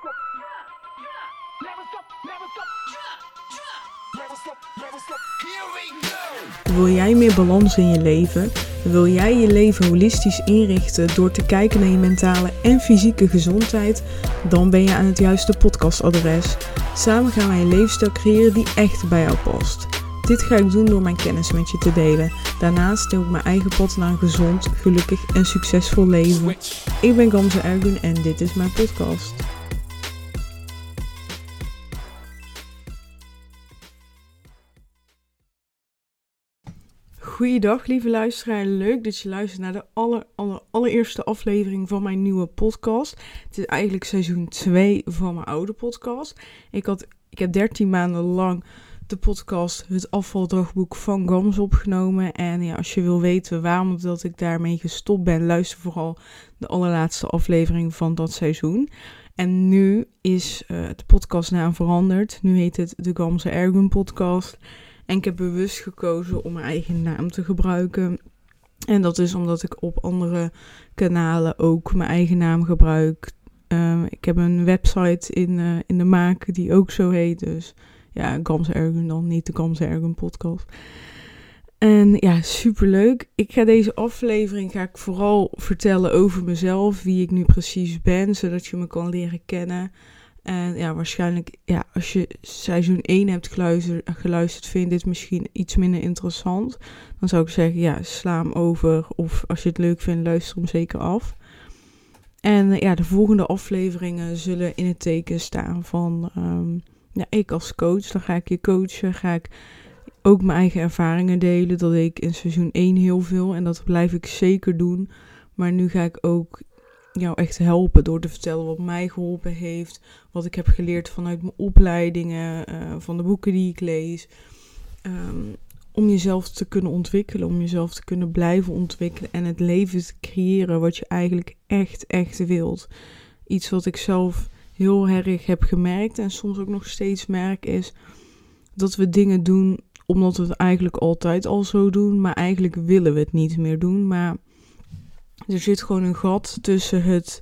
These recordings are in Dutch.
stop. Never stop, never stop. Never stop, never stop. Here we go. Wil jij meer balans in je leven? Wil jij je leven holistisch inrichten door te kijken naar je mentale en fysieke gezondheid? Dan ben je aan het juiste podcastadres. Samen gaan wij een levensstijl creëren die echt bij jou past. Dit ga ik doen door mijn kennis met je te delen. Daarnaast deel ik mijn eigen pad naar een gezond, gelukkig en succesvol leven. Ik ben Gamze Ergun en dit is mijn podcast. Goeiedag lieve luisteraar, leuk dat je luistert naar de allereerste aflevering van mijn nieuwe podcast. Het is eigenlijk seizoen 2 van mijn oude podcast. Ik heb 13 maanden lang de podcast Het Afvaldagboek van Gamze opgenomen. En ja, als je wil weten waarom dat ik daarmee gestopt ben, luister vooral de allerlaatste aflevering van dat seizoen. En nu is de podcastnaam veranderd. Nu heet het de Gamze Ergun podcast. En ik heb bewust gekozen om mijn eigen naam te gebruiken. En dat is omdat ik op andere kanalen ook mijn eigen naam gebruik. Ik heb een website in de maak die ook zo heet. Dus ja, Gamze Ergun dan, niet de Gamze Ergun podcast. En ja, superleuk. Deze aflevering vooral vertellen over mezelf. Wie ik nu precies ben, zodat je me kan leren kennen. En ja, waarschijnlijk, ja, als je seizoen 1 hebt geluisterd, vind je dit misschien iets minder interessant. Dan zou ik zeggen, ja, sla hem over. Of als je het leuk vindt, luister hem zeker af. En ja, de volgende afleveringen zullen in het teken staan van ik als coach. Dan ga ik je coachen, ga ik ook mijn eigen ervaringen delen. Dat deed ik in seizoen 1 heel veel en dat blijf ik zeker doen. Maar nu ga ik ook jou echt helpen door te vertellen wat mij geholpen heeft. Wat ik heb geleerd vanuit mijn opleidingen, van de boeken die ik lees. Om jezelf te kunnen ontwikkelen, om jezelf te kunnen blijven ontwikkelen. En het leven te creëren wat je eigenlijk echt wilt. Iets wat ik zelf heel erg heb gemerkt en soms ook nog steeds merk is dat we dingen doen omdat we het eigenlijk altijd al zo doen. Maar eigenlijk willen we het niet meer doen. Maar er zit gewoon een gat tussen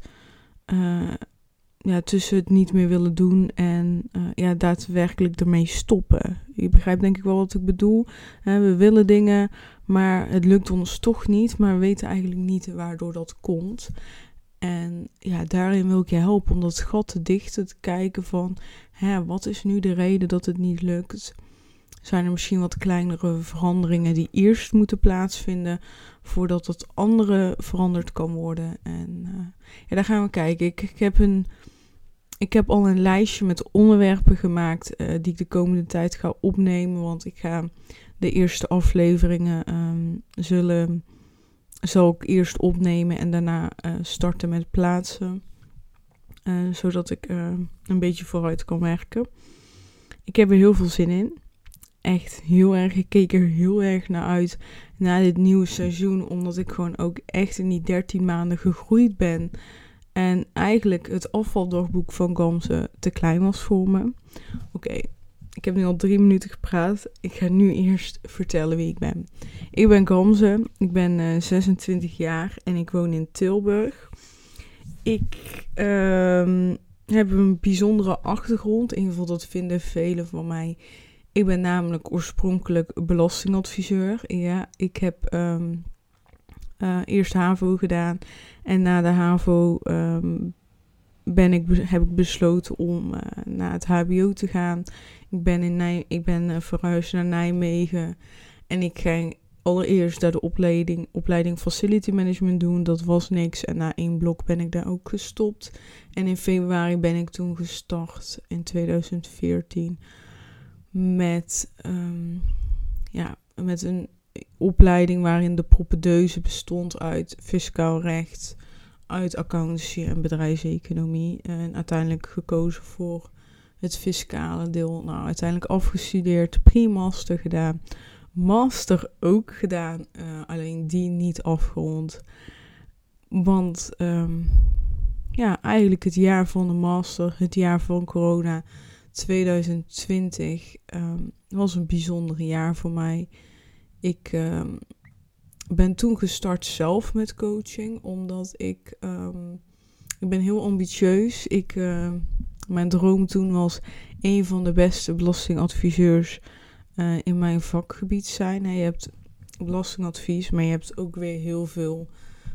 het niet meer willen doen en daadwerkelijk ermee stoppen. Je begrijpt denk ik wel wat ik bedoel. We willen dingen, maar het lukt ons toch niet. Maar we weten eigenlijk niet waardoor dat komt. En ja, daarin wil ik je helpen om dat gat te dichten, te kijken van wat is nu de reden dat het niet lukt? Zijn er misschien wat kleinere veranderingen die eerst moeten plaatsvinden voordat het andere veranderd kan worden? En daar gaan we kijken. Ik heb al een lijstje met onderwerpen gemaakt die ik de komende tijd ga opnemen. Want ik ga de eerste afleveringen zal ik eerst opnemen en daarna starten met plaatsen. Zodat ik een beetje vooruit kan werken. Ik heb er heel veel zin in. Echt heel erg. Ik keek er heel erg naar uit na dit nieuwe seizoen. Omdat ik gewoon ook echt in die 13 maanden gegroeid ben. En eigenlijk het afvaldagboek van Gamze te klein was voor me. Oké, ik heb nu al 3 minuten gepraat. Ik ga nu eerst vertellen wie ik ben. Ik ben Gamze. Ik ben 26 jaar en ik woon in Tilburg. Ik heb een bijzondere achtergrond. In ieder geval dat vinden velen van mij. Ik ben namelijk oorspronkelijk belastingadviseur. Ja, ik heb eerst HAVO gedaan. En na de HAVO heb ik besloten om naar het HBO te gaan. Ik ben verhuisd naar Nijmegen. En ik ging allereerst daar de opleiding Facility Management doen. Dat was niks. En na 1 blok ben ik daar ook gestopt. En in februari ben ik toen gestart in 2014... Met een opleiding waarin de propedeuse bestond uit fiscaal recht, uit accountancy en bedrijfseconomie. En uiteindelijk gekozen voor het fiscale deel. Nou, uiteindelijk afgestudeerd, pre-master gedaan. Master ook gedaan, alleen die niet afgerond. Want eigenlijk het jaar van de master, het jaar van corona 2020 was een bijzonder jaar voor mij. Ik ben toen gestart zelf met coaching, omdat ik ben heel ambitieus. Mijn droom toen was een van de beste belastingadviseurs in mijn vakgebied zijn. Je hebt belastingadvies, maar je hebt ook weer heel veel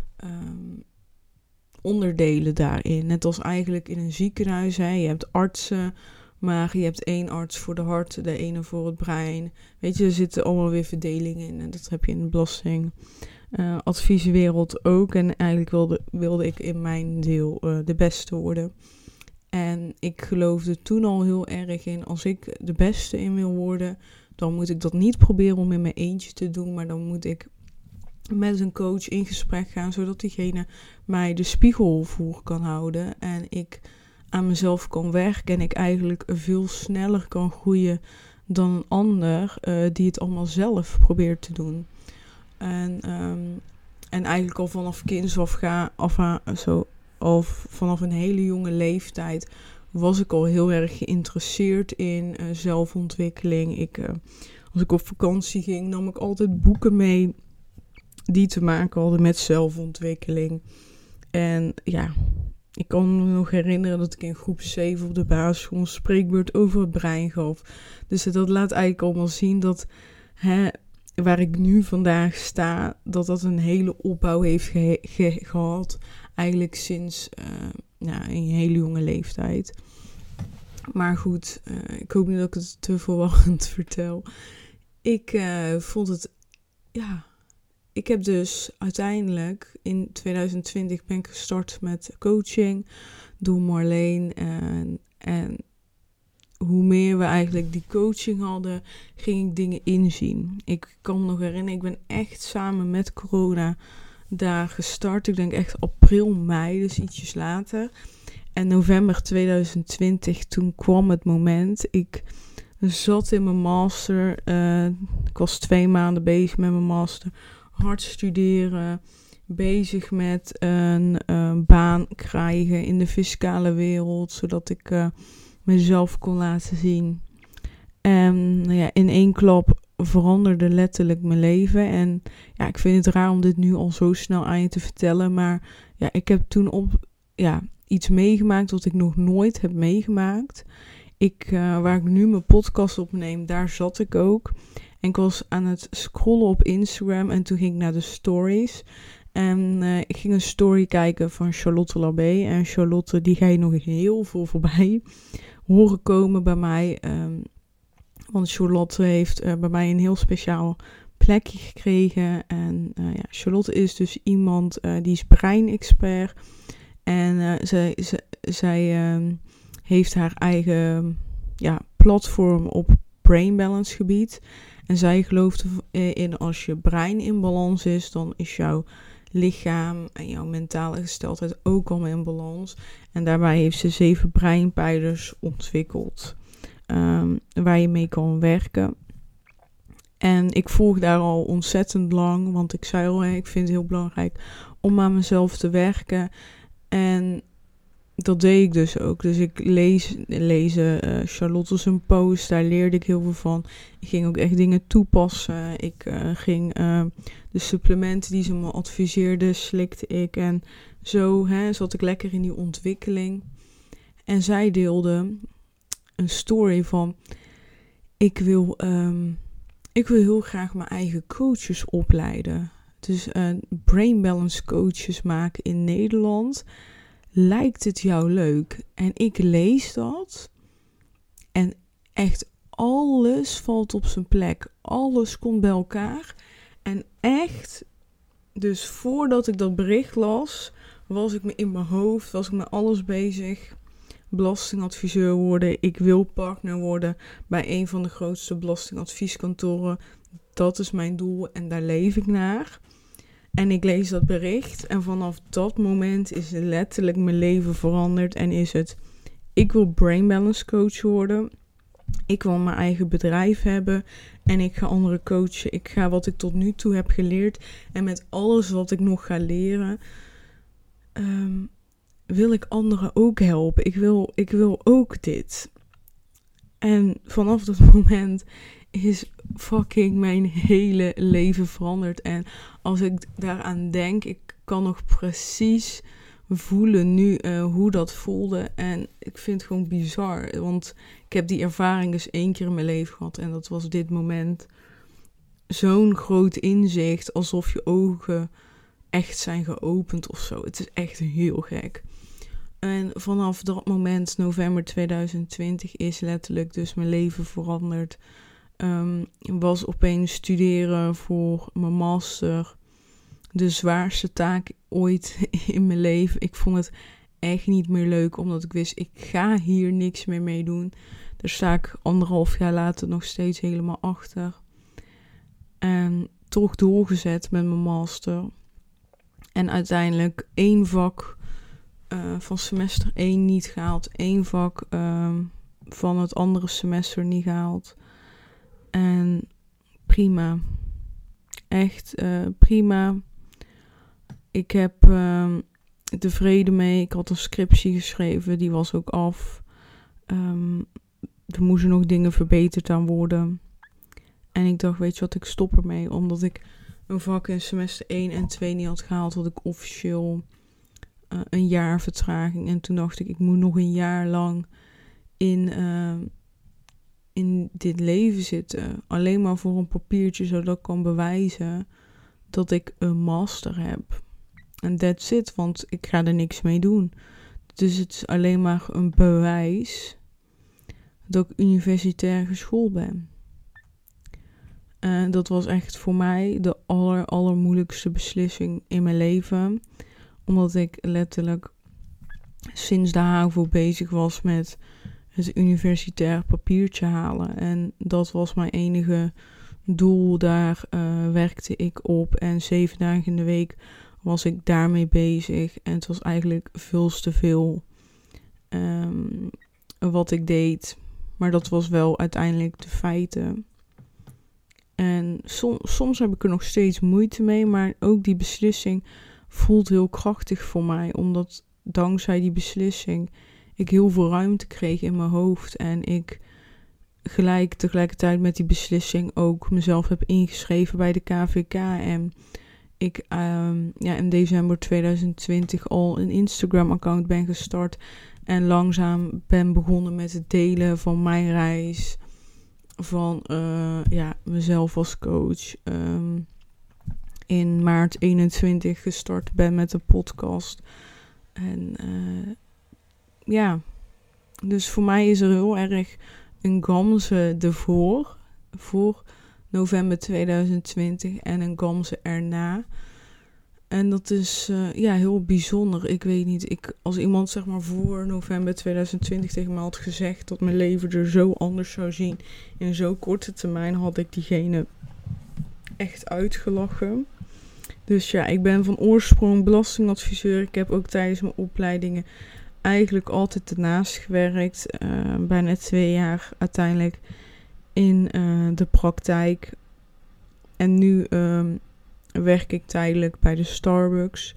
onderdelen daarin. Net als eigenlijk in een ziekenhuis. Je hebt artsen, maar je hebt 1 arts voor de hart, de ene voor het brein. Weet je, er zitten allemaal weer verdelingen in. En dat heb je in de belastingadvieswereld ook. En eigenlijk wilde ik in mijn deel de beste worden. En ik geloofde toen al heel erg in, als ik de beste in wil worden, dan moet ik dat niet proberen om in mijn eentje te doen, maar dan moet ik met een coach in gesprek gaan, zodat diegene mij de spiegel voor kan houden en ik aan mezelf kan werken en ik eigenlijk veel sneller kan groeien dan een ander die het allemaal zelf probeert te doen. En eigenlijk al vanaf kinds of vanaf een hele jonge leeftijd was ik al heel erg geïnteresseerd in zelfontwikkeling. Als ik op vakantie ging, nam ik altijd boeken mee die te maken hadden met zelfontwikkeling. En ja, ik kan me nog herinneren dat ik in groep 7 op de basisschool een spreekbeurt over het brein gaf. Dus dat laat eigenlijk allemaal zien dat waar ik nu vandaag sta, dat een hele opbouw heeft gehad. Eigenlijk sinds een hele jonge leeftijd. Maar goed, ik hoop niet dat ik het te verwarrend vertel. Ik vond het, ik heb dus uiteindelijk in 2020 ben ik gestart met coaching door Marleen. En hoe meer we eigenlijk die coaching hadden, ging ik dingen inzien. Ik kan me nog herinneren, ik ben echt samen met corona daar gestart. Ik denk echt april, mei, dus ietsjes later. En november 2020, toen kwam het moment. Ik zat in mijn master. Ik was 2 maanden bezig met mijn master. Hard studeren. Bezig met een baan krijgen in de fiscale wereld. Zodat ik mezelf kon laten zien. En in 1 klap veranderde letterlijk mijn leven. En ja, ik vind het raar om dit nu al zo snel aan je te vertellen. Maar ja, ik heb toen iets meegemaakt wat ik nog nooit heb meegemaakt. Waar ik nu mijn podcast opneem, daar zat ik ook. En ik was aan het scrollen op Instagram en toen ging ik naar de stories. En ik ging een story kijken van Charlotte Labé. En Charlotte, die ga je nog heel veel voorbij horen komen bij mij. Want Charlotte heeft bij mij een heel speciaal plekje gekregen. En Charlotte is dus iemand die is breinexpert. En zij heeft haar eigen platform op brain balance gebied. En zij gelooft in als je brein in balans is, dan is jouw lichaam en jouw mentale gesteldheid ook al in balans. En daarbij heeft ze 7 breinpijlers ontwikkeld. Waar je mee kan werken. En ik volg daar al ontzettend lang. Want ik zei al, ik vind het heel belangrijk om aan mezelf te werken. En dat deed ik dus ook. Dus ik lezen Charlotte's een post. Daar leerde ik heel veel van. Ik ging ook echt dingen toepassen. Ik ging de supplementen die ze me adviseerde, slikte ik. En zo zat ik lekker in die ontwikkeling. En zij deelde een story van, ik wil heel graag mijn eigen coaches opleiden. Dus brain balance coaches maken in Nederland. Lijkt het jou leuk? En ik lees dat. En echt alles valt op zijn plek. Alles komt bij elkaar. En echt, dus voordat ik dat bericht las, was ik me in mijn hoofd, was ik met alles bezig. Belastingadviseur worden. Ik wil partner worden bij een van de grootste belastingadvieskantoren. Dat is mijn doel en daar leef ik naar. En ik lees dat bericht en vanaf dat moment is letterlijk mijn leven veranderd. En is het, ik wil brain balance coach worden. Ik wil mijn eigen bedrijf hebben en ik ga anderen coachen. Ik ga wat ik tot nu toe heb geleerd en met alles wat ik nog ga leren, wil ik anderen ook helpen. Ik wil ook dit. En vanaf dat moment is fucking mijn hele leven veranderd. En als ik daaraan denk, ik kan nog precies voelen nu hoe dat voelde. En ik vind het gewoon bizar. Want ik heb die ervaring dus 1 keer in mijn leven gehad. En dat was dit moment. Zo'n groot inzicht. Alsof je ogen echt zijn geopend of zo. Het is echt heel gek. En vanaf dat moment, november 2020, is letterlijk dus mijn leven veranderd. Was opeens studeren voor mijn master de zwaarste taak ooit in mijn leven. Ik vond het echt niet meer leuk, omdat ik wist, ik ga hier niks meer mee doen. Daar sta ik 1,5 jaar later nog steeds helemaal achter. En toch doorgezet met mijn master. En uiteindelijk 1 vak van semester 1 niet gehaald. 1 vak van het andere semester niet gehaald. En prima. Echt prima. Ik heb er vrede mee. Ik had een scriptie geschreven. Die was ook af. Er moesten nog dingen verbeterd aan worden. En ik dacht, weet je wat, ik stop ermee. Omdat ik een vak in semester 1 en 2 niet had gehaald, had ik officieel 1 jaar vertraging. En toen dacht ik moet nog 1 jaar lang in dit leven zitten. Alleen maar voor een papiertje, zodat ik kan bewijzen dat ik een master heb. En that's it, want ik ga er niks mee doen. Dus het is alleen maar een bewijs dat ik universitair geschoold ben. En dat was echt voor mij de allermoeilijkste beslissing in mijn leven. Omdat ik letterlijk sinds de HAVO bezig was met het universitair papiertje halen. En dat was mijn enige doel. Daar werkte ik op. En 7 dagen in de week was ik daarmee bezig. En het was eigenlijk veel te veel wat ik deed. Maar dat was wel uiteindelijk de feiten. En soms heb ik er nog steeds moeite mee. Maar ook die beslissing voelt heel krachtig voor mij. Omdat dankzij die beslissing ik heel veel ruimte kreeg in mijn hoofd. En ik tegelijkertijd met die beslissing ook mezelf heb ingeschreven bij de KVK. En ik in december 2020 al een Instagram-account ben gestart. En langzaam ben begonnen met het delen van mijn reis. Van mezelf als coach. In maart 21 gestart ben met een podcast. En dus voor mij is er heel erg een gamze ervoor. Voor november 2020 en een gamze erna. En dat is heel bijzonder. Ik weet niet, als iemand zeg maar voor november 2020 tegen me had gezegd dat mijn leven er zo anders zou zien in zo'n korte termijn, had ik diegene echt uitgelachen. Dus ja, ik ben van oorsprong belastingadviseur. Ik heb ook tijdens mijn opleidingen eigenlijk altijd ernaast gewerkt. Bijna 2 jaar uiteindelijk in de praktijk. En nu werk ik tijdelijk bij de Starbucks.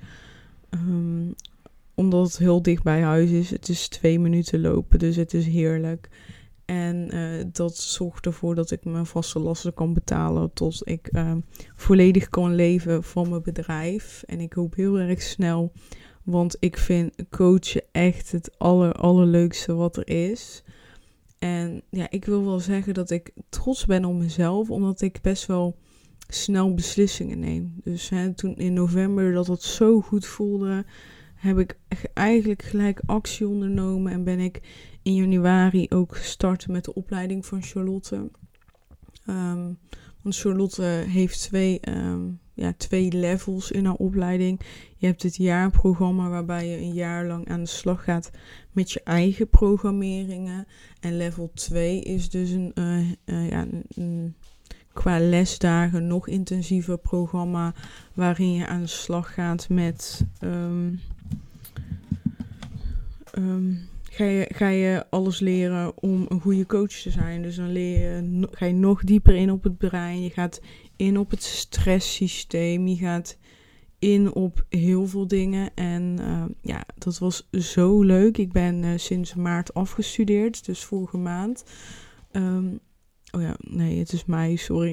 Omdat het heel dicht bij huis is. Het is 2 minuten lopen, dus het is heerlijk. En dat zorgt ervoor dat ik mijn vaste lasten kan betalen tot ik volledig kan leven van mijn bedrijf. En ik hoop heel erg snel, want ik vind coachen echt het allerleukste wat er is. En ja, ik wil wel zeggen dat ik trots ben op mezelf, omdat ik best wel snel beslissingen neem. Dus toen in november dat het zo goed voelde, heb ik eigenlijk gelijk actie ondernomen en ben ik in januari ook gestart met de opleiding van Charlotte. Want Charlotte heeft 2 levels in haar opleiding. Je hebt het jaarprogramma waarbij je 1 jaar lang aan de slag gaat met je eigen programmeringen. En level 2 is dus een qua lesdagen nog intensiever programma waarin je aan de slag gaat met ga je alles leren om een goede coach te zijn. Dus dan ga je nog dieper in op het brein. Je gaat in op het stresssysteem. Je gaat in op heel veel dingen. En dat was zo leuk. Ik ben sinds maart afgestudeerd. Dus vorige maand. Het is mei, sorry.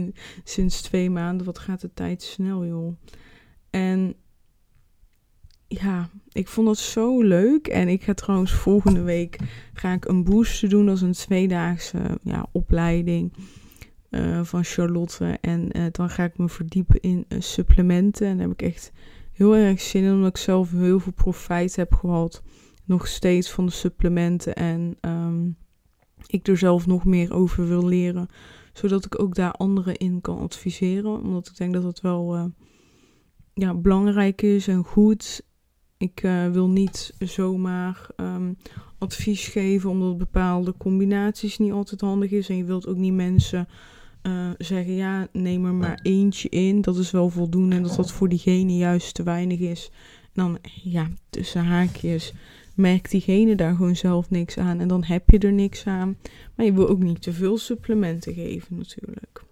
Sinds 2 maanden. Wat gaat de tijd snel, joh. En ik vond dat zo leuk. En ik ga trouwens volgende week een booster doen. Dat is een 2-daagse opleiding van Charlotte. En dan ga ik me verdiepen in supplementen. En daar heb ik echt heel erg zin in. Omdat ik zelf heel veel profijt heb gehad. Nog steeds van de supplementen. En ik er zelf nog meer over wil leren. Zodat ik ook daar anderen in kan adviseren. Omdat ik denk dat dat wel belangrijk is en goed. Ik wil niet zomaar advies geven, omdat bepaalde combinaties niet altijd handig is. En je wilt ook niet mensen zeggen, neem er maar eentje in. Dat is wel voldoende en dat voor diegene juist te weinig is. En dan, tussen haakjes, merkt diegene daar gewoon zelf niks aan. En dan heb je er niks aan. Maar je wil ook niet te veel supplementen geven natuurlijk.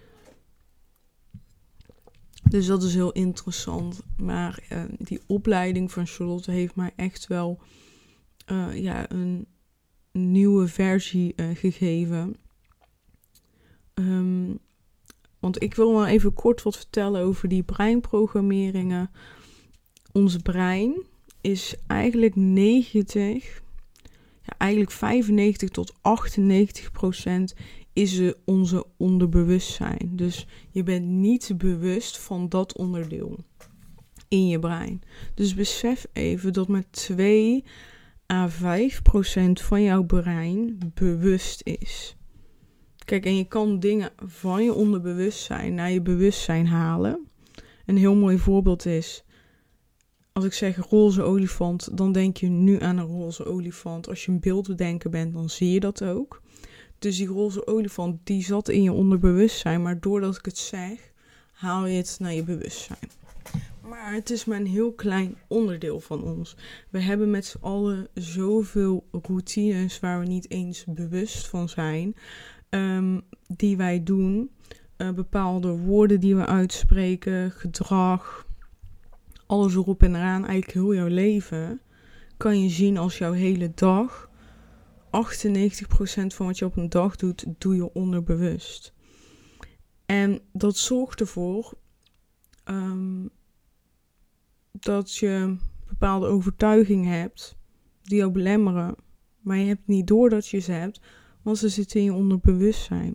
Dus dat is heel interessant. Maar die opleiding van Charlotte heeft mij echt wel een nieuwe versie gegeven. Want ik wil maar even kort wat vertellen over die breinprogrammeringen. Ons brein is eigenlijk 95 tot 98% is onze onderbewustzijn. Dus je bent niet bewust van dat onderdeel in je brein. Dus besef even dat maar 2 à 5% van jouw brein bewust is. Kijk, en je kan dingen van je onderbewustzijn naar je bewustzijn halen. Een heel mooi voorbeeld is, als ik zeg roze olifant, dan denk je nu aan een roze olifant. Als je een beeldbedenker bent, dan zie je dat ook. Dus die roze olifant, die zat in je onderbewustzijn. Maar doordat ik het zeg, haal je het naar je bewustzijn. Maar het is maar een heel klein onderdeel van ons. We hebben met z'n allen zoveel routines waar we niet eens bewust van zijn. Die wij doen. Bepaalde woorden die we uitspreken, gedrag, alles erop en eraan, eigenlijk heel jouw leven, kan je zien als jouw hele dag. 98% van wat je op een dag doet, doe je onderbewust. En dat zorgt ervoor dat je een bepaalde overtuigingen hebt die jou belemmeren. Maar je hebt niet door dat je ze hebt, want ze zitten in je onderbewustzijn.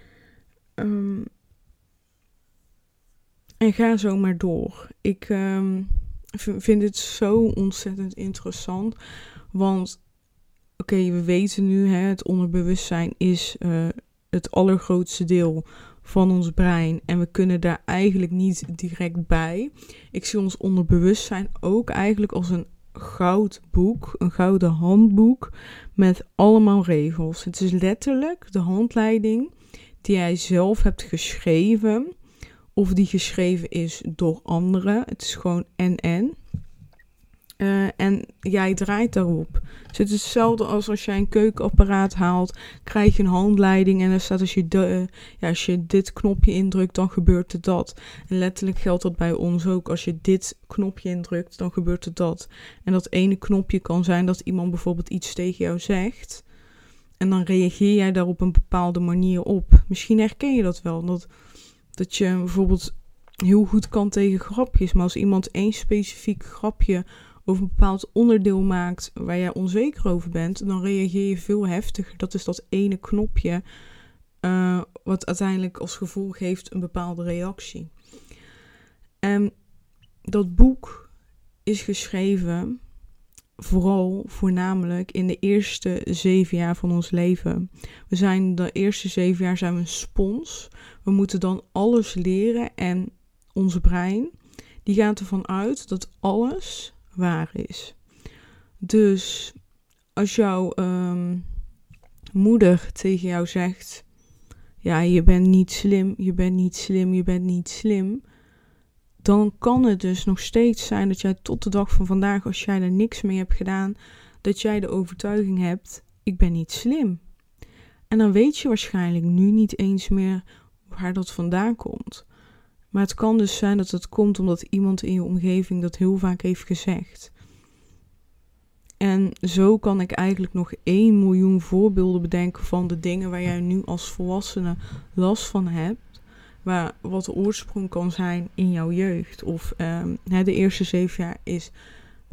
En ga zo maar door. Ik vind het zo ontzettend interessant. Want we weten nu, het onderbewustzijn is het allergrootste deel van ons brein. En we kunnen daar eigenlijk niet direct bij. Ik zie ons onderbewustzijn ook eigenlijk als een goud boek, een gouden handboek met allemaal regels. Het is letterlijk de handleiding die jij zelf hebt geschreven. Of die geschreven is door anderen. Het is gewoon en. En jij draait daarop. Dus het is hetzelfde als jij een keukenapparaat haalt. Krijg je een handleiding. En er staat als je dit knopje indrukt, dan gebeurt er dat. En letterlijk geldt dat bij ons ook. Als je dit knopje indrukt, dan gebeurt er dat. En dat ene knopje kan zijn dat iemand bijvoorbeeld iets tegen jou zegt. En dan reageer jij daar op een bepaalde manier op. Misschien herken je dat wel. Dat je bijvoorbeeld heel goed kan tegen grapjes. Maar als iemand één specifiek grapje over een bepaald onderdeel maakt waar jij onzeker over bent, dan reageer je veel heftiger. Dat is dat ene knopje wat uiteindelijk als gevolg heeft een bepaalde reactie. En dat boek is geschreven voornamelijk in de eerste 7 jaar van ons leven. De eerste 7 jaar zijn we een spons. We moeten dan alles leren en ons brein, die gaat ervan uit dat alles waar is. Dus als jouw moeder tegen jou zegt, je bent niet slim, je bent niet slim, je bent niet slim, dan kan het dus nog steeds zijn dat jij tot de dag van vandaag, als jij er niks mee hebt gedaan, dat jij de overtuiging hebt, ik ben niet slim. En dan weet je waarschijnlijk nu niet eens meer waar dat vandaan komt. Maar het kan dus zijn dat het komt omdat iemand in je omgeving dat heel vaak heeft gezegd. En zo kan ik eigenlijk nog 1 miljoen voorbeelden bedenken van de dingen waar jij nu als volwassene last van hebt. Wat de oorsprong kan zijn in jouw jeugd. Of de eerste 7 jaar is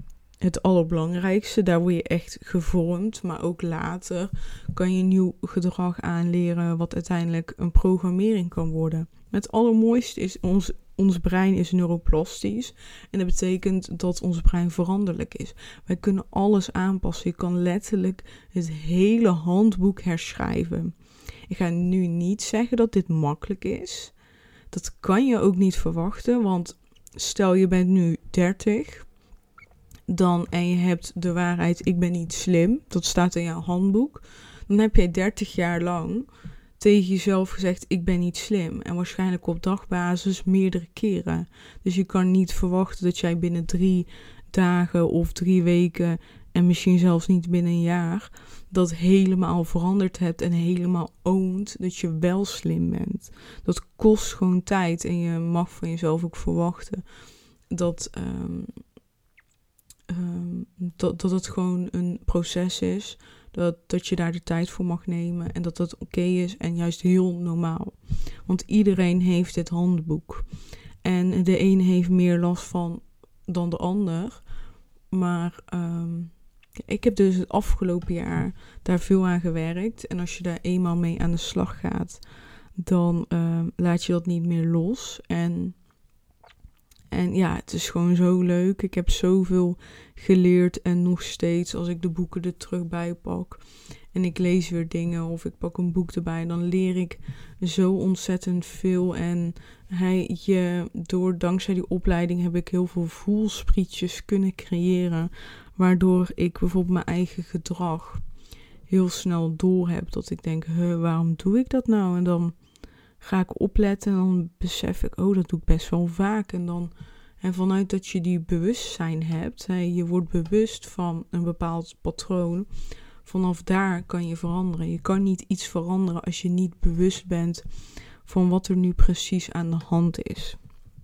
het allerbelangrijkste. Daar word je echt gevormd. Maar ook later kan je nieuw gedrag aanleren wat uiteindelijk een programmering kan worden. Het allermooiste is ons brein is neuroplastisch. En dat betekent dat ons brein veranderlijk is. Wij kunnen alles aanpassen. Je kan letterlijk het hele handboek herschrijven. Ik ga nu niet zeggen dat dit makkelijk is. Dat kan je ook niet verwachten. Want stel je bent nu 30... en je hebt de waarheid, ik ben niet slim. Dat staat in jouw handboek. Dan heb je 30 jaar lang tegen jezelf gezegd, ik ben niet slim. En waarschijnlijk op dagbasis meerdere keren. Dus je kan niet verwachten dat jij binnen 3 dagen of 3 weken... en misschien zelfs niet binnen een jaar... dat helemaal veranderd hebt en helemaal oont dat je wel slim bent. Dat kost gewoon tijd en je mag van jezelf ook verwachten dat het gewoon een proces is. Dat je daar de tijd voor mag nemen en dat dat oké is en juist heel normaal. Want iedereen heeft dit handboek. En de een heeft meer last van dan de ander. Maar ik heb dus het afgelopen jaar daar veel aan gewerkt. En als je daar eenmaal mee aan de slag gaat, dan laat je dat niet meer los. En ja, het is gewoon zo leuk. Ik heb zoveel geleerd en nog steeds als ik de boeken er terug bij pak en ik lees weer dingen of ik pak een boek erbij, dan leer ik zo ontzettend veel. En dankzij die opleiding heb ik heel veel voelsprietjes kunnen creëren, waardoor ik bijvoorbeeld mijn eigen gedrag heel snel door heb. Dat ik denk, waarom doe ik dat nou? En dan ga ik opletten en dan besef ik, dat doe ik best wel vaak. En vanuit dat je die bewustzijn hebt, je wordt bewust van een bepaald patroon, vanaf daar kan je veranderen. Je kan niet iets veranderen als je niet bewust bent van wat er nu precies aan de hand is.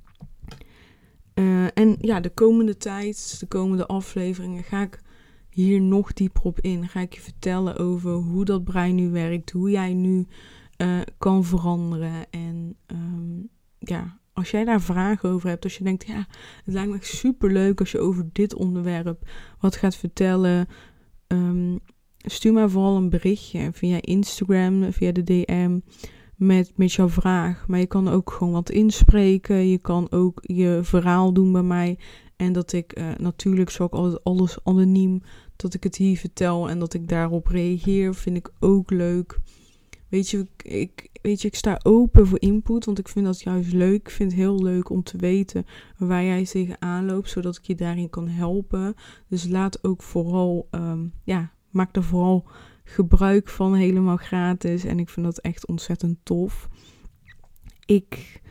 En ja, de komende tijd, de komende afleveringen, ga ik hier nog dieper op in. Ga ik je vertellen over hoe dat brein nu werkt, hoe jij nu kan veranderen. En als jij daar vragen over hebt, als je denkt, ja, het lijkt me echt superleuk als je over dit onderwerp wat gaat vertellen, stuur mij vooral een berichtje via Instagram, via de DM met jouw vraag. Maar je kan ook gewoon wat inspreken, je kan ook je verhaal doen bij mij. En dat ik, natuurlijk zal ik altijd alles anoniem, dat ik het hier vertel en dat ik daarop reageer, vind ik ook leuk. Weet je, ik sta open voor input, want ik vind dat juist leuk. Ik vind het heel leuk om te weten waar jij tegenaan loopt, zodat ik je daarin kan helpen. Dus laat ook vooral, maak er vooral gebruik van, helemaal gratis. En ik vind dat echt ontzettend tof. Ik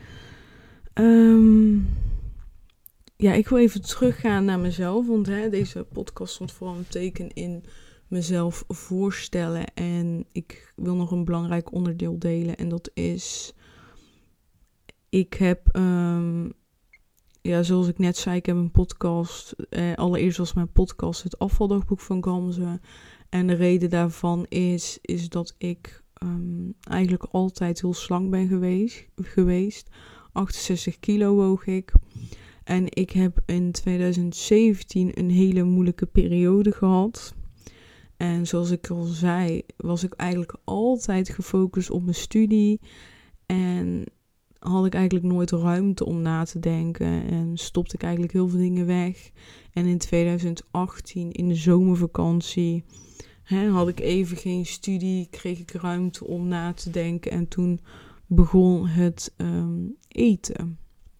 wil even teruggaan naar mezelf, want deze podcast stond vooral een teken in mezelf voorstellen. En ik wil nog een belangrijk onderdeel delen. En dat is, ik heb, zoals ik net zei, ik heb een podcast. Allereerst was mijn podcast het afvaldagboek van Gamze. En de reden daarvan is dat ik eigenlijk altijd heel slank ben geweest. 68 kilo woog ik. En ik heb in 2017 een hele moeilijke periode gehad. En zoals ik al zei, was ik eigenlijk altijd gefocust op mijn studie. En had ik eigenlijk nooit ruimte om na te denken. En stopte ik eigenlijk heel veel dingen weg. En in 2018, in de zomervakantie, had ik even geen studie. Kreeg ik ruimte om na te denken. En toen begon het eten.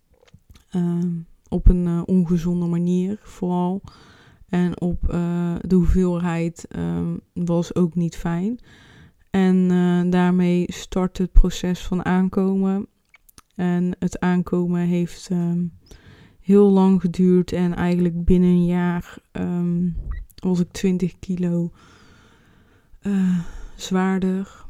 Op een ongezonde manier vooral. En op de hoeveelheid was ook niet fijn. En daarmee start het proces van aankomen. En het aankomen heeft heel lang geduurd. En eigenlijk binnen een jaar was ik 20 kilo zwaarder.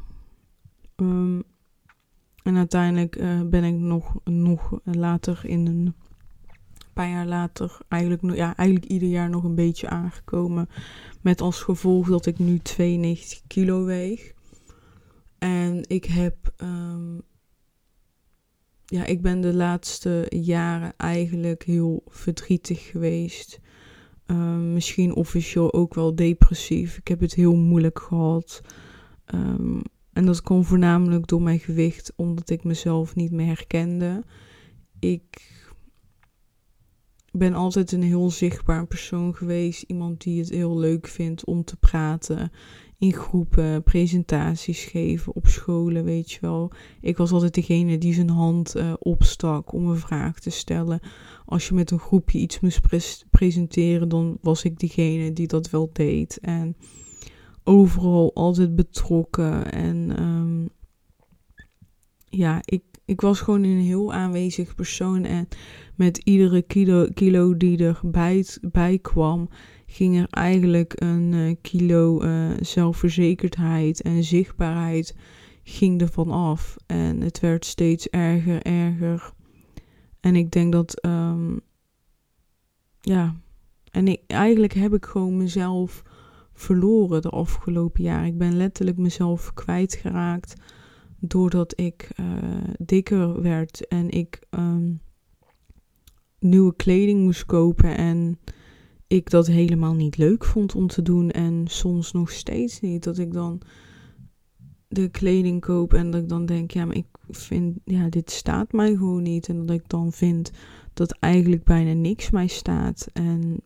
En uiteindelijk ben ik nog later een paar jaar later eigenlijk ieder jaar nog een beetje aangekomen. Met als gevolg dat ik nu 92 kilo weeg. En ik heb, ik ben de laatste jaren eigenlijk heel verdrietig geweest. Misschien officieel ook wel depressief. Ik heb het heel moeilijk gehad. En dat kwam voornamelijk door mijn gewicht, omdat ik mezelf niet meer herkende. Ik ben altijd een heel zichtbaar persoon geweest. Iemand die het heel leuk vindt om te praten. In groepen, presentaties geven, op scholen, weet je wel. Ik was altijd degene die zijn hand opstak om een vraag te stellen. Als je met een groepje iets moest presenteren, dan was ik degene die dat wel deed. En overal altijd betrokken. En ik was gewoon een heel aanwezig persoon. En met iedere kilo die erbij kwam, ging er eigenlijk een kilo zelfverzekerdheid en zichtbaarheid ging ervan af. En het werd steeds erger. En ik denk dat, eigenlijk heb ik gewoon mezelf verloren de afgelopen jaren. Ik ben letterlijk mezelf kwijtgeraakt doordat ik dikker werd en ik nieuwe kleding moest kopen en ik dat helemaal niet leuk vond om te doen en soms nog steeds niet. Dat ik dan de kleding koop en dat ik dan denk, ja, maar ik vind, ja, dit staat mij gewoon niet. En dat ik dan vind dat eigenlijk bijna niks mij staat. En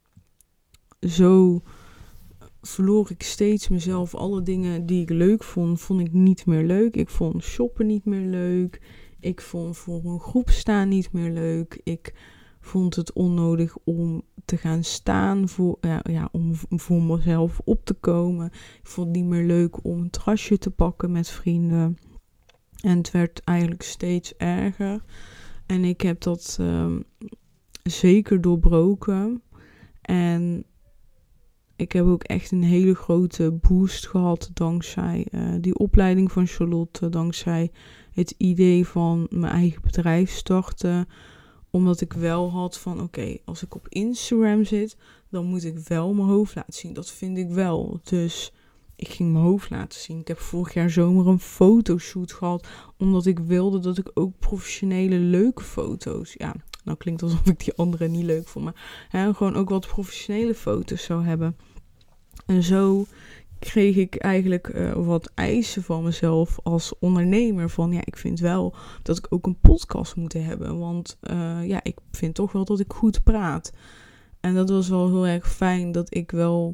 zo verloor ik steeds mezelf. Alle dingen die ik leuk vond ik niet meer leuk. Ik vond shoppen niet meer leuk. Ik vond voor een groep staan niet meer leuk. Ik vond het onnodig om te gaan staan om voor mezelf op te komen. Ik vond het niet meer leuk om een terrasje te pakken met vrienden. En het werd eigenlijk steeds erger. En ik heb dat zeker doorbroken. En ik heb ook echt een hele grote boost gehad dankzij die opleiding van Charlotte. Dankzij het idee van mijn eigen bedrijf starten. Omdat ik wel had van oké, als ik op Instagram zit, dan moet ik wel mijn hoofd laten zien. Dat vind ik wel. Dus ik ging mijn hoofd laten zien. Ik heb vorig jaar zomer een fotoshoot gehad. Omdat ik wilde dat ik ook professionele leuke foto's. Ja, nou klinkt alsof ik die andere niet leuk vond. Maar gewoon ook wat professionele foto's zou hebben. En zo kreeg ik eigenlijk wat eisen van mezelf als ondernemer. Van ja, ik vind wel dat ik ook een podcast moet hebben. Want ik vind toch wel dat ik goed praat. En dat was wel heel erg fijn dat ik wel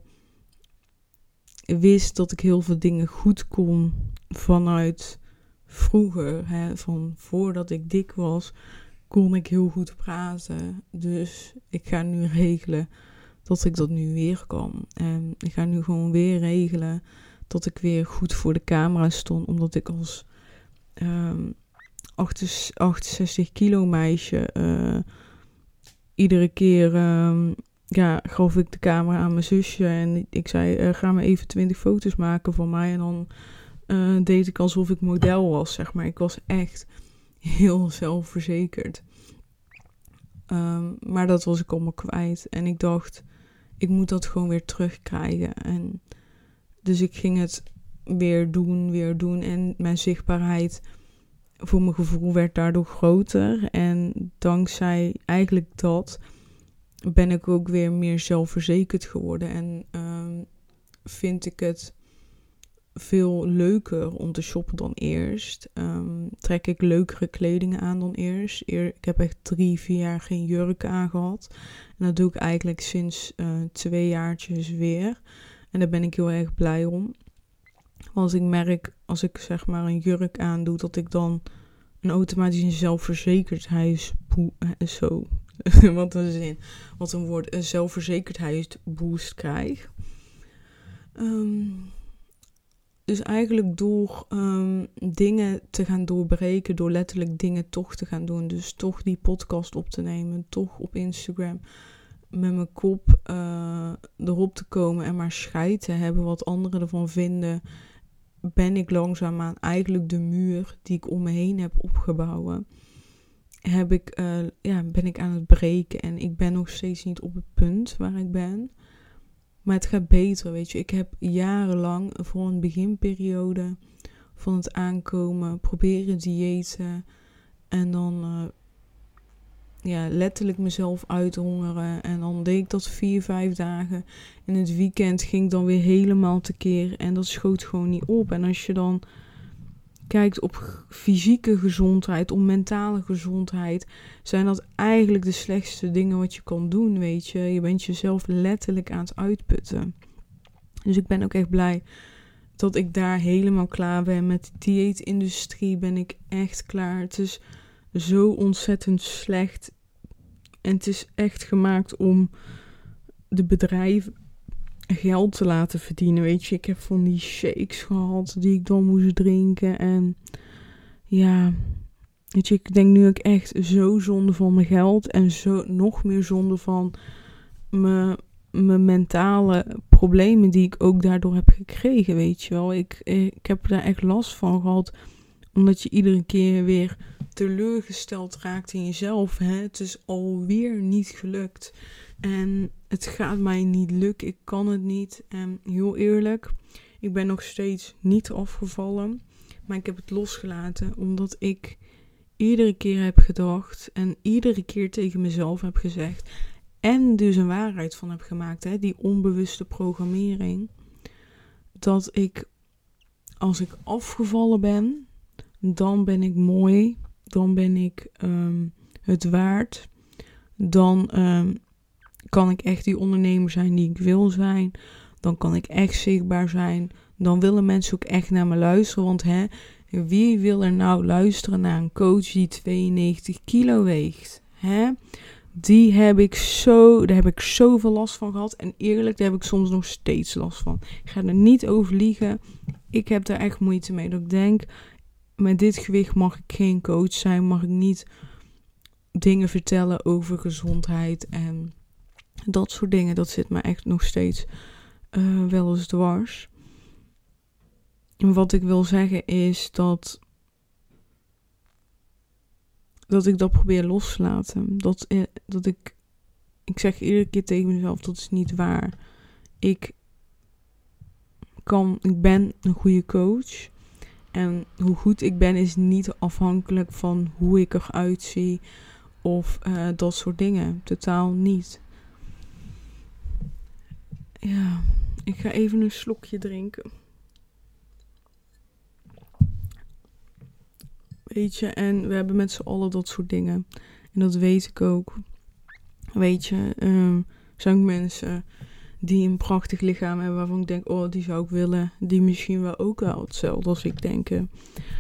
wist dat ik heel veel dingen goed kon vanuit vroeger. Van voordat ik dik was, kon ik heel goed praten. Dus ik ga nu regelen dat ik dat nu weer kan. En ik ga nu gewoon weer regelen dat ik weer goed voor de camera stond. Omdat ik als 68 kilo meisje iedere keer gaf ik de camera aan mijn zusje. En ik zei, ga me even 20 foto's maken van mij. En dan deed ik alsof ik model was, zeg maar. Ik was echt heel zelfverzekerd. Maar dat was ik allemaal kwijt. En ik dacht, ik moet dat gewoon weer terugkrijgen. En dus ik ging het weer doen. En mijn zichtbaarheid voor mijn gevoel werd daardoor groter. En dankzij eigenlijk dat ben ik ook weer meer zelfverzekerd geworden. En vind ik het veel leuker om te shoppen dan eerst. Trek ik leukere kledingen aan dan eerst. Ik heb echt 3-4 jaar geen jurk aangehad. En dat doe ik eigenlijk sinds 2 jaartjes weer. En daar ben ik heel erg blij om. Want ik merk, als ik zeg maar een jurk aandoe, dat ik dan automatisch een zelfverzekerdheidsboost krijg. Dus eigenlijk door dingen te gaan doorbreken, door letterlijk dingen toch te gaan doen. Dus toch die podcast op te nemen, toch op Instagram met mijn kop erop te komen en maar scheid te hebben wat anderen ervan vinden, ben ik langzaamaan eigenlijk de muur die ik om me heen heb opgebouwd. Ben ik aan het breken en ik ben nog steeds niet op het punt waar ik ben. Maar het gaat beter, weet je. Ik heb jarenlang, voor een beginperiode van het aankomen, proberen diëten. En dan letterlijk mezelf uithongeren. En dan deed ik dat 4-5 dagen. In het weekend ging ik dan weer helemaal tekeer. En dat schoot gewoon niet op. En als je dan kijkt op fysieke gezondheid, op mentale gezondheid, zijn dat eigenlijk de slechtste dingen wat je kan doen, weet je. Je bent jezelf letterlijk aan het uitputten. Dus ik ben ook echt blij dat ik daar helemaal klaar ben. Met de dieetindustrie ben ik echt klaar. Het is zo ontzettend slecht. En het is echt gemaakt om de bedrijven geld te laten verdienen, weet je. Ik heb van die shakes gehad die ik dan moest drinken. En ja, weet je, ik denk nu ook echt zo zonde van mijn geld. En zo nog meer zonde van mijn mentale problemen die ik ook daardoor heb gekregen, weet je wel. Ik heb daar echt last van gehad. Omdat je iedere keer weer teleurgesteld raakt in jezelf. Hè? Het is alweer niet gelukt. En het gaat mij niet lukken. Ik kan het niet. En heel eerlijk, ik ben nog steeds niet afgevallen. Maar ik heb het losgelaten. Omdat ik iedere keer heb gedacht. En iedere keer tegen mezelf heb gezegd. En dus een waarheid van heb gemaakt. Hè? Die onbewuste programmering. Dat ik, als ik afgevallen ben, dan ben ik mooi. Dan ben ik het waard. Dan kan ik echt die ondernemer zijn die ik wil zijn. Dan kan ik echt zichtbaar zijn. Dan willen mensen ook echt naar me luisteren. Want wie wil er nou luisteren naar een coach die 92 kilo weegt? Daar heb ik zoveel last van gehad. En eerlijk, daar heb ik soms nog steeds last van. Ik ga er niet over liegen. Ik heb daar echt moeite mee. Dat ik denk, met dit gewicht mag ik geen coach zijn. Mag ik niet dingen vertellen over gezondheid en dat soort dingen. Dat zit me echt nog steeds wel eens dwars. En wat ik wil zeggen is dat ik dat probeer los te laten. Dat ik zeg iedere keer tegen mezelf, dat is niet waar. Ik ben een goede coach. En hoe goed ik ben is niet afhankelijk van hoe ik eruit zie. Of dat soort dingen. Totaal niet. Ja, ik ga even een slokje drinken. Weet je, en we hebben met z'n allen dat soort dingen. En dat weet ik ook. Weet je, zijn ook mensen die een prachtig lichaam hebben waarvan ik denk, oh, die zou ik willen. Die misschien wel ook wel hetzelfde als ik denken.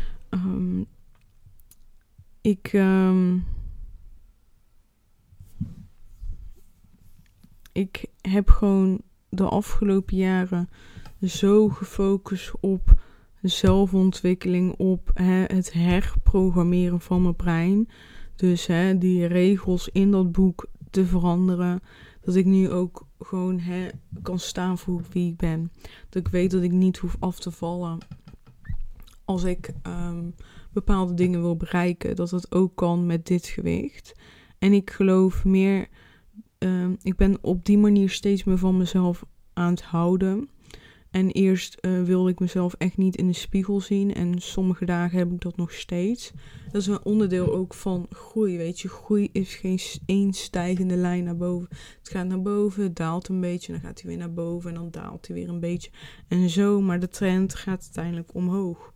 Ik heb gewoon de afgelopen jaren zo gefocust op zelfontwikkeling, op het herprogrammeren van mijn brein. Dus die regels in dat boek te veranderen. Dat ik nu ook gewoon kan staan voor wie ik ben. Dat ik weet dat ik niet hoef af te vallen als ik bepaalde dingen wil bereiken. Dat het ook kan met dit gewicht. En ik geloof meer, ik ben op die manier steeds meer van mezelf aan het houden. En eerst wilde ik mezelf echt niet in de spiegel zien. En sommige dagen heb ik dat nog steeds. Dat is een onderdeel ook van groei, weet je. Groei is geen één stijgende lijn naar boven. Het gaat naar boven, het daalt een beetje, dan gaat hij weer naar boven en dan daalt hij weer een beetje. En zo, maar de trend gaat uiteindelijk omhoog.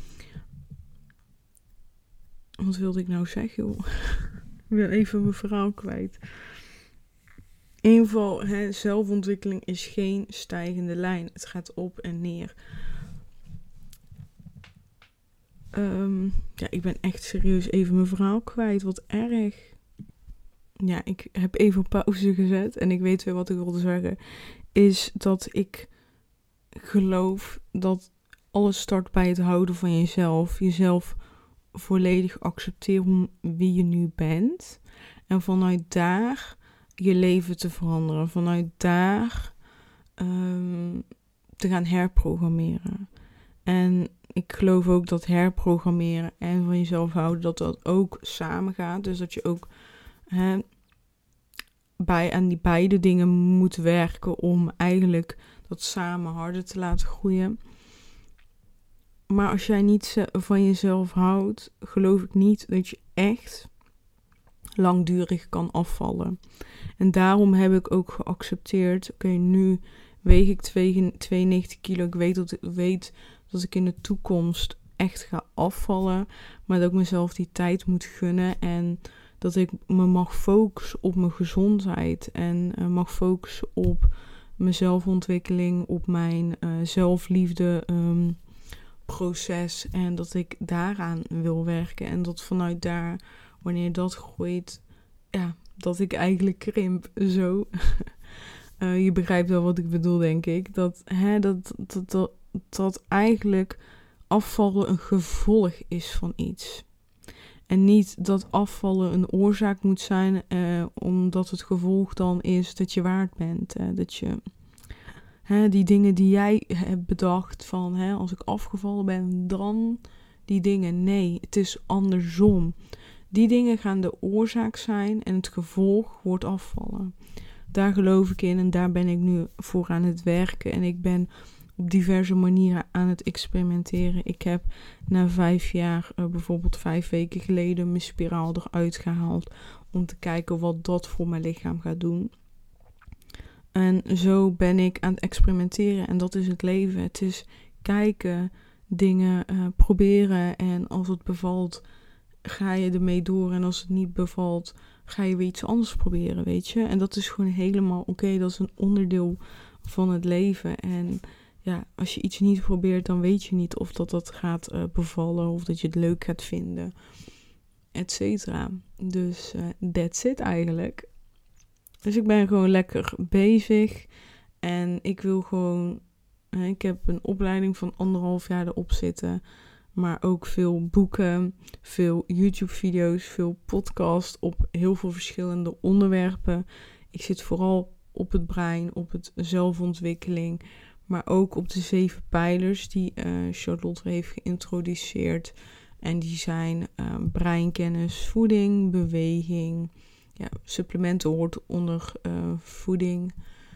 Wat wilde ik nou zeggen, joh? Ik ben even mijn verhaal kwijt. In ieder geval, zelfontwikkeling is geen stijgende lijn. Het gaat op en neer. Ik ben echt serieus even mijn verhaal kwijt. Wat erg. Ja, ik heb even pauze gezet en ik weet weer wat ik wilde zeggen. Is dat ik geloof dat alles start bij het houden van jezelf. Jezelf volledig accepteren wie je nu bent. En vanuit daar je leven te veranderen. Vanuit daar te gaan herprogrammeren. En ik geloof ook dat herprogrammeren en van jezelf houden, dat dat ook samen gaat. Dus dat je ook aan die beide dingen moet werken om eigenlijk dat samen harder te laten groeien. Maar als jij niet van jezelf houdt, geloof ik niet dat je echt langdurig kan afvallen. En daarom heb ik ook geaccepteerd, oké, nu weeg ik 92 kilo. Ik weet dat ik in de toekomst echt ga afvallen, maar dat ik mezelf die tijd moet gunnen en dat ik me mag focussen op mijn gezondheid en mag focussen op mijn zelfontwikkeling, op mijn zelfliefde proces en dat ik daaraan wil werken en dat vanuit daar, wanneer dat groeit, ja, dat ik eigenlijk krimp, zo. Je begrijpt wel wat ik bedoel, denk ik. Dat eigenlijk afvallen een gevolg is van iets. En niet dat afvallen een oorzaak moet zijn, omdat het gevolg dan is dat je waard bent. Dat je die dingen die jij hebt bedacht van als ik afgevallen ben, dan die dingen. Nee, het is andersom. Die dingen gaan de oorzaak zijn en het gevolg wordt afvallen. Daar geloof ik in en daar ben ik nu voor aan het werken. En ik ben op diverse manieren aan het experimenteren. Ik heb na 5 jaar, bijvoorbeeld 5 weken geleden, mijn spiraal eruit gehaald. Om te kijken wat dat voor mijn lichaam gaat doen. En zo ben ik aan het experimenteren. En dat is het leven. Het is kijken, dingen proberen. En als het bevalt, ga je ermee door. En als het niet bevalt, ga je weer iets anders proberen, weet je. En dat is gewoon helemaal oké. Dat is een onderdeel van het leven. En ja, als je iets niet probeert, dan weet je niet of dat gaat bevallen. Of dat je het leuk gaat vinden. Et cetera. Dus that's it eigenlijk. Dus ik ben gewoon lekker bezig. En ik wil gewoon... ik heb een opleiding van 1,5 jaar erop zitten. Maar ook veel boeken, veel YouTube-video's, veel podcasts op heel veel verschillende onderwerpen. Ik zit vooral op het brein, op het zelfontwikkeling. Maar ook op de 7 pijlers die Charlotte heeft geïntroduceerd. En die zijn breinkennis, voeding, beweging. Ja, supplementen hoort onder voeding.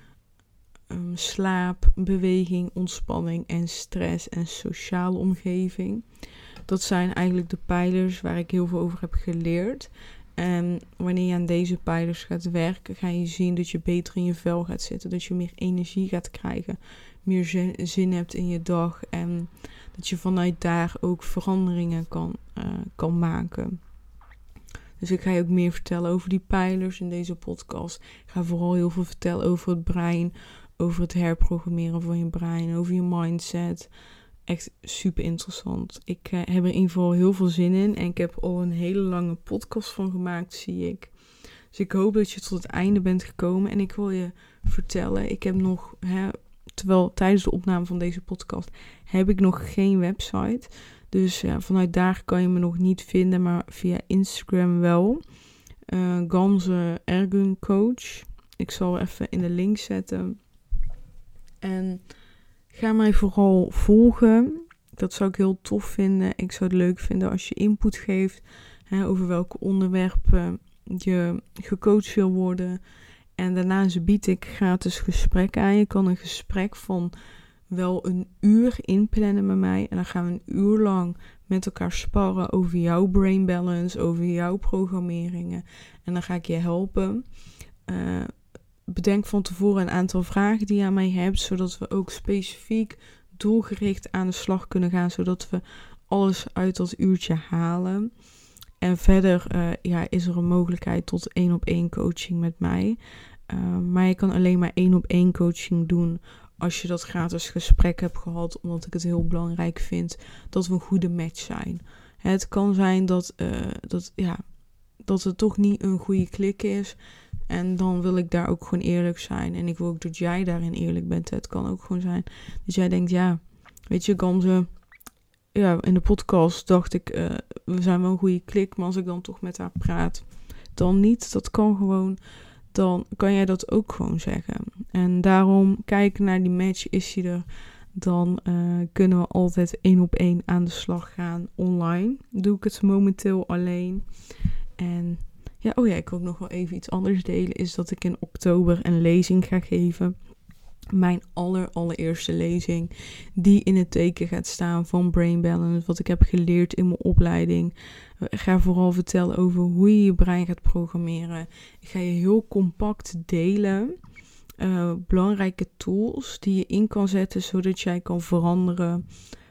Slaap, beweging, ontspanning en stress en sociale omgeving. Dat zijn eigenlijk de pijlers waar ik heel veel over heb geleerd. En wanneer je aan deze pijlers gaat werken, ga je zien dat je beter in je vel gaat zitten. Dat je meer energie gaat krijgen. Meer zin hebt in je dag. En dat je vanuit daar ook veranderingen kan maken. Dus ik ga je ook meer vertellen over die pijlers in deze podcast. Ik ga vooral heel veel vertellen over het brein. Over het herprogrammeren van je brein. Over je mindset. Echt super interessant. Ik heb er in ieder geval heel veel zin in. En ik heb al een hele lange podcast van gemaakt, zie ik. Dus ik hoop dat je tot het einde bent gekomen. En ik wil je vertellen, ik heb nog... terwijl tijdens de opname van deze podcast heb ik nog geen website. Dus ja, vanuit daar kan je me nog niet vinden. Maar via Instagram wel. Gamze Ergun Coach. Ik zal even in de link zetten. En ga mij vooral volgen. Dat zou ik heel tof vinden. Ik zou het leuk vinden als je input geeft over welke onderwerpen je gecoacht wil worden. En daarnaast bied ik gratis gesprekken aan. Je kan een gesprek van wel 1 uur inplannen met mij. En dan gaan we 1 uur lang met elkaar sparren over jouw brain balance, over jouw programmeringen. En dan ga ik je helpen. Bedenk van tevoren een aantal vragen die je aan mij hebt, zodat we ook specifiek doelgericht aan de slag kunnen gaan, zodat we alles uit dat uurtje halen. En verder is er een mogelijkheid tot 1-op-1 coaching met mij. Maar je kan alleen maar 1-op-1 coaching doen als je dat gratis gesprek hebt gehad, omdat ik het heel belangrijk vind dat we een goede match zijn. Het kan zijn dat het toch niet een goede klik is. En dan wil ik daar ook gewoon eerlijk zijn. En ik wil ook dat jij daarin eerlijk bent. Het kan ook gewoon zijn dat jij denkt, ja, weet je, Gamze, ja, in de podcast dacht ik, we zijn wel een goede klik. Maar als ik dan toch met haar praat, dan niet. Dat kan gewoon. Dan kan jij dat ook gewoon zeggen. En daarom, kijk naar die match, is die er. Dan kunnen we altijd 1-op-1 aan de slag gaan online. Doe ik het momenteel alleen. En ik wil ook nog wel even iets anders delen. Is dat ik in oktober een lezing ga geven. mijn allereerste lezing die in het teken gaat staan van Brain Balance, wat ik heb geleerd in mijn opleiding. Ik ga vooral vertellen over hoe je je brein gaat programmeren. Ik ga je heel compact delen belangrijke tools die je in kan zetten zodat jij kan veranderen.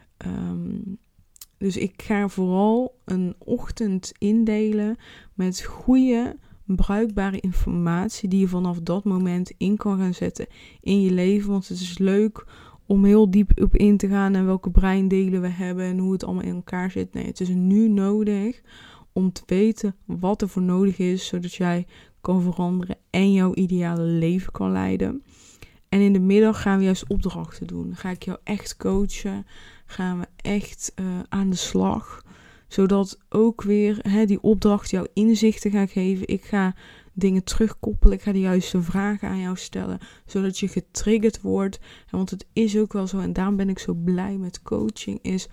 Dus ik ga vooral een ochtend indelen met goede, bruikbare informatie die je vanaf dat moment in kan gaan zetten in je leven. Want het is leuk om heel diep op in te gaan en welke breindelen we hebben en hoe het allemaal in elkaar zit. Nee, het is nu nodig om te weten wat er voor nodig is, zodat jij kan veranderen en jouw ideale leven kan leiden. En in de middag gaan we juist opdrachten doen. Dan ga ik jou echt coachen. Gaan we echt aan de slag. Zodat ook weer die opdracht jouw inzichten gaat geven. Ik ga dingen terugkoppelen. Ik ga de juiste vragen aan jou stellen. Zodat je getriggerd wordt. Want het is ook wel zo. En daarom ben ik zo blij met coaching. Is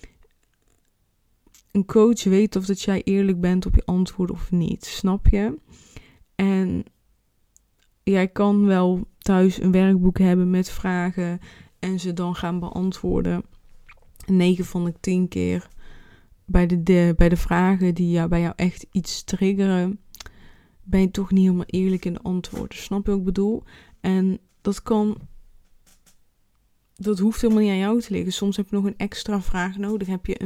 een coach weet of dat jij eerlijk bent op je antwoorden of niet. Snap je? En jij kan wel thuis een werkboek hebben met vragen en ze dan gaan beantwoorden. 9 van de 10 keer bij de vragen die bij jou echt iets triggeren, ben je toch niet helemaal eerlijk in de antwoorden. Snap je wat ik bedoel? En dat hoeft helemaal niet aan jou te liggen. Soms heb je nog een extra vraag nodig. Heb je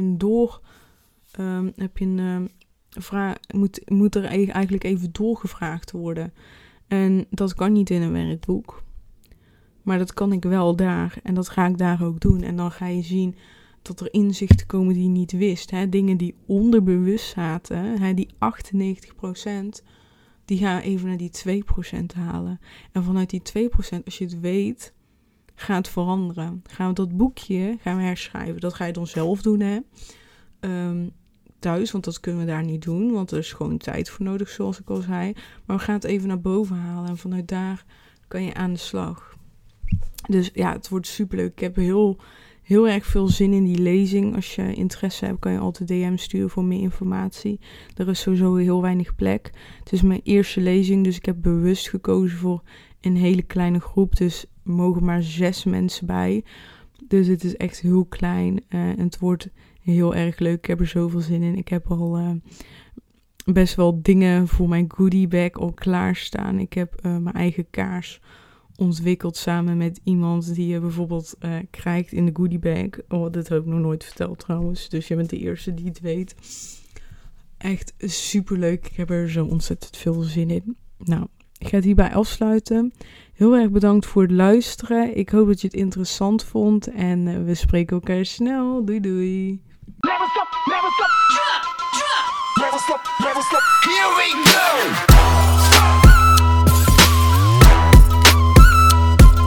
een vraag, moet er eigenlijk even doorgevraagd worden. En dat kan niet in een werkboek. Maar dat kan ik wel daar. En dat ga ik daar ook doen. En dan ga je zien dat er inzichten komen die je niet wist. Hè? Dingen die onderbewust zaten. Hè? Die 98%. Die gaan even naar die 2% halen. En vanuit die 2%, als je het weet, gaat het veranderen. Gaan we dat boekje herschrijven. Dat ga je dan zelf doen, hè. Thuis, want dat kunnen we daar niet doen. Want er is gewoon tijd voor nodig, zoals ik al zei. Maar we gaan het even naar boven halen. En vanuit daar kan je aan de slag. Dus ja, het wordt superleuk. Ik heb heel erg veel zin in die lezing. Als je interesse hebt, kan je altijd DM sturen voor meer informatie. Er is sowieso heel weinig plek. Het is mijn eerste lezing, dus ik heb bewust gekozen voor een hele kleine groep. Dus er mogen maar 6 mensen bij. Dus het is echt heel klein. En het wordt heel erg leuk. Ik heb er zoveel zin in. Ik heb al best wel dingen voor mijn goodie bag al klaarstaan. Ik heb mijn eigen kaars ontwikkeld samen met iemand die je bijvoorbeeld krijgt in de goodie bag. Oh, dat heb ik nog nooit verteld trouwens. Dus je bent de eerste die het weet. Echt superleuk. Ik heb er zo ontzettend veel zin in. Nou, ik ga het hierbij afsluiten. Heel erg bedankt voor het luisteren. Ik hoop dat je het interessant vond. En we spreken elkaar snel. Doei doei. Never stop, never stop. Never stop, never stop. Here we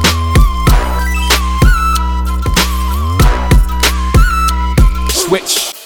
go. Switch.